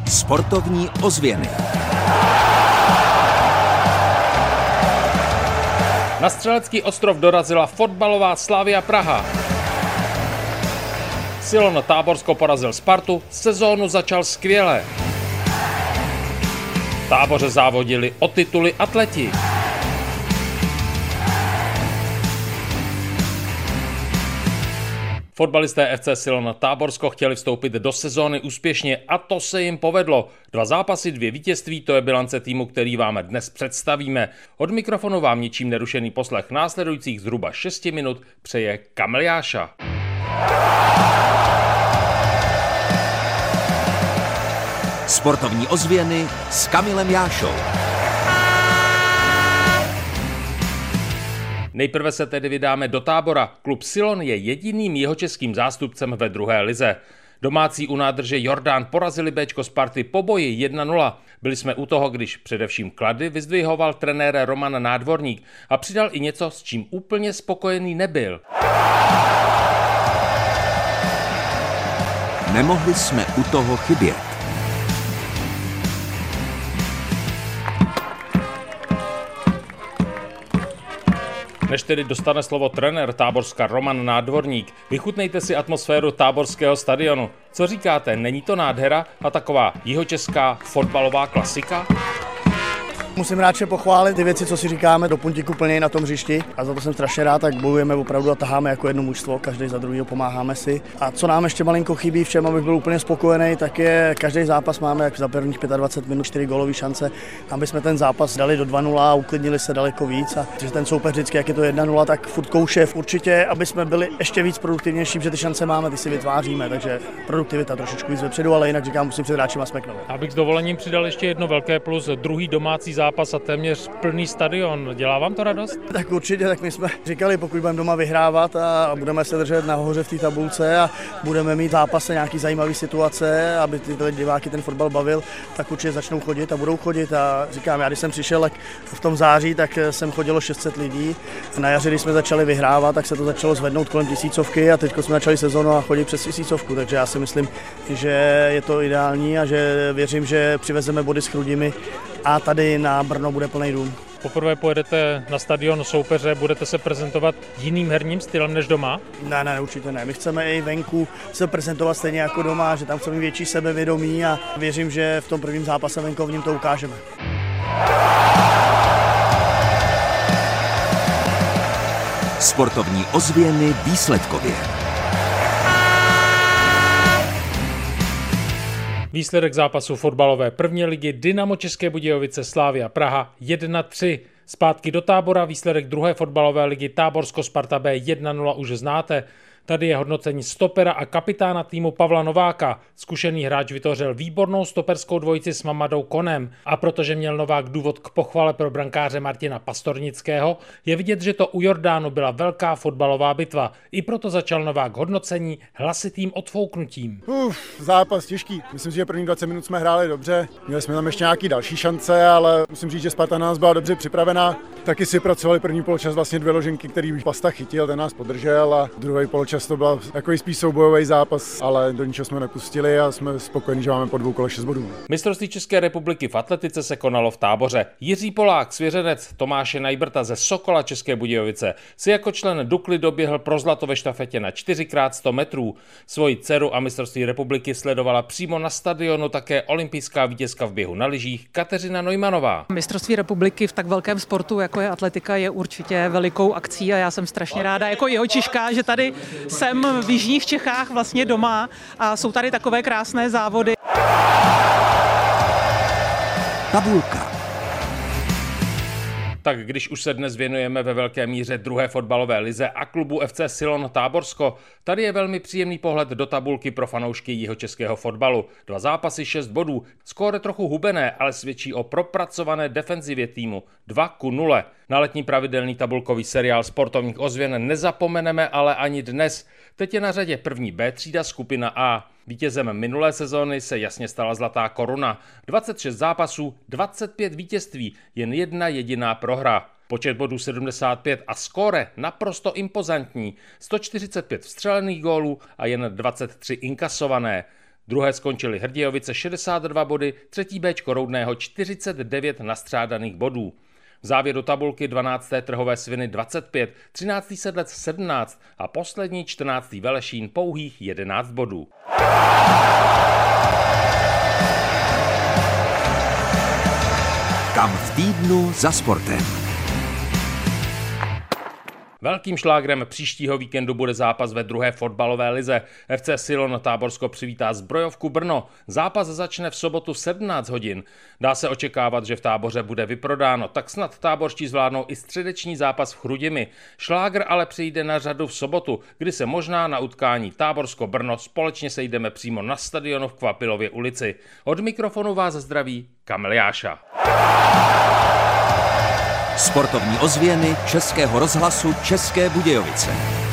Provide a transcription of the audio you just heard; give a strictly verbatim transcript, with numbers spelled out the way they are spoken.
Sportovní ozvěny. Na Střelecký ostrov dorazila fotbalová Slavia Praha. Silon Táborsko porazil Spartu, sezónu začal skvěle. V Táboře závodili o tituly atleti. Fotbalisté F C Silon Táborsko chtěli vstoupit do sezóny úspěšně a to se jim povedlo. Dva zápasy, dvě vítězství, to je bilance týmu, který vám dnes představíme. Od mikrofonu vám ničím nerušený poslech následujících zhruba šesti minut přeje Kamil Jáša. Sportovní ozvěny s Kamilem Jášou. Nejprve se tedy vydáme do Tábora. Klub Silon je jediným jihočeským zástupcem ve druhé lize. Domácí u nádrže Jordán porazili Béčko Sparty po boji jedna nula. Byli jsme u toho, když především klady vyzdvihoval trenér Roman Nádvorník a přidal i něco, s čím úplně spokojený nebyl. Nemohli jsme u toho chybět. Než tedy dostane slovo trenér Táborska Roman Nádvorník, vychutnejte si atmosféru táborského stadionu. Co říkáte, není to nádhera a taková jihočeská fotbalová klasika? Musím rád pochválit ty věci, co si říkáme, do puntíku plněji na tom hřišti a za to jsem strašně rád, tak bojujeme opravdu a taháme jako jedno mužstvo, každý za druhého pomáháme si. A co nám ještě malinko chybí, v čem abych byl úplně spokojený, tak je každý zápas máme jak za prvních dvacet pět minut čtyři gólové šance, aby jsme ten zápas dali do dva nula a uklidnili se daleko víc a že ten soupeř vždycky, jak je to jedna nula, tak furt kouše. Určitě, aby jsme byli ještě víc produktivnější, protože ty šance máme, ty si vytváříme, takže produktivita trošičku víc vepředu, ale jinak říkám, musím před hráčima smeknout. Abych s dovolením přidal ještě jedno velké plus, druhý domácí zápas a téměř plný stadion. Dělá vám to radost? Tak určitě, tak my jsme říkali, pokud budeme doma vyhrávat a budeme se držet nahoře v té tabulce a budeme mít zápase nějaký zajímavý situace, aby ty diváky ten fotbal bavil, tak určitě začnou chodit a budou chodit. A říkám, já když jsem přišel v tom září, tak jsem chodilo šest set lidí. Na jaře, když jsme začali vyhrávat, tak se to začalo zvednout kolem tisícovky a teď jsme začali sezonu a chodit přes tisícovku, takže já si myslím, že je to ideální a že věřím, že přivezeme body s Chrudimi a tady na Brno bude plný dům. Poprvé pojedete na stadion soupeře, budete se prezentovat jiným herním stylem než doma? Ne, ne, určitě ne. My chceme i venku se prezentovat stejně jako doma, že tam chceme větší sebevědomí a věřím, že v tom prvním zápase venkovním to ukážeme. Sportovní ozvěny výsledkově. Výsledek zápasu fotbalové první ligy Dynamo České Budějovice Slavia Praha jedna tři. Zpátky do Tábora výsledek druhé fotbalové ligy Táborsko Sparta B jedna nula už znáte. Tady je hodnocení stopera a kapitána týmu Pavla Nováka. Zkušený hráč vytvořil výbornou stoperskou dvojici s Mamadou Konem a protože měl Novák důvod k pochvale pro brankáře Martina Pastornického, je vidět, že to u Jordánu byla velká fotbalová bitva. I proto začal Novák hodnocení hlasitým odfouknutím. Uf, zápas těžký. Myslím si, že první dvacet minut jsme hráli dobře. Měli jsme tam ještě nějaký další šance, ale musím říct, že Sparta na nás byla dobře připravená. Taky si pracovali první poločas vlastně dvě loženky, který Pasta chytil, ten nás podržel a druhý poločas to byl takový spíš soubojový zápas, ale do ničeho jsme nepustili a jsme spokojení, že máme po dvou kole šest bodů. Mistrovství České republiky v atletice se konalo v Táboře. Jiří Polák, svěřenec Tomáše Najbrta ze Sokola České Budějovice, si jako člen Dukly doběhl pro zlato ve štafetě na čtyři krát sto metrů. Svoji dceru a mistrovství republiky sledovala přímo na stadionu také olympijská vítězka v běhu na lyžích Kateřina Neumannová. Mistrovství republiky v tak velkém sportu, jako je atletika, je určitě velikou akcí a já jsem strašně ráda jako jihočiška, že tady jsem v jižních Čechách vlastně doma a jsou tady takové krásné závody. Tabulka. Tak když už se dnes věnujeme ve velké míře druhé fotbalové lize a klubu F C Silon Táborsko, tady je velmi příjemný pohled do tabulky pro fanoušky jihočeského fotbalu. Dva zápasy, šest bodů. Skóre trochu hubené, ale svědčí o propracované defenzivě týmu. dva ku nule. Na letní pravidelný tabulkový seriál sportovních ozvěn nezapomeneme ale ani dnes. Teď je na řadě první B třída skupina A. Vítězem minulé sezóny se jasně stala Zlatá koruna. dvacet šest zápasů, dvacet pět vítězství, jen jedna jediná prohra. Počet bodů sedmdesát pět a skóre naprosto impozantní. sto čtyřicet pět vstřelených gólů a jen dvacet tři inkasované. Druhé skončili Hrdějovice šedesát dva body, třetí Béčko Roudného čtyřicet devět nastřádaných bodů. V závěru tabulky dvanácté Trhové Sviny dvacet pět, třináctý Sedlec sedmnáct a poslední čtrnáctý Velešín pouhých jedenáct bodů. Kam v týdnu za sportem. Velkým šlágrem příštího víkendu bude zápas ve druhé fotbalové lize. F C Silon Táborsko přivítá Zbrojovku Brno. Zápas začne v sobotu v sedmnáct hodin. Dá se očekávat, že v Táboře bude vyprodáno, tak snad táborští zvládnou i středeční zápas v Chrudimi. Šlágr ale přijde na řadu v sobotu, kdy se možná na utkání Táborsko-Brno společně sejdeme přímo na stadionu v Kvapilově ulici. Od mikrofonu vás zdraví Kamil Jáša. Sportovní ozvěny Českého rozhlasu České Budějovice.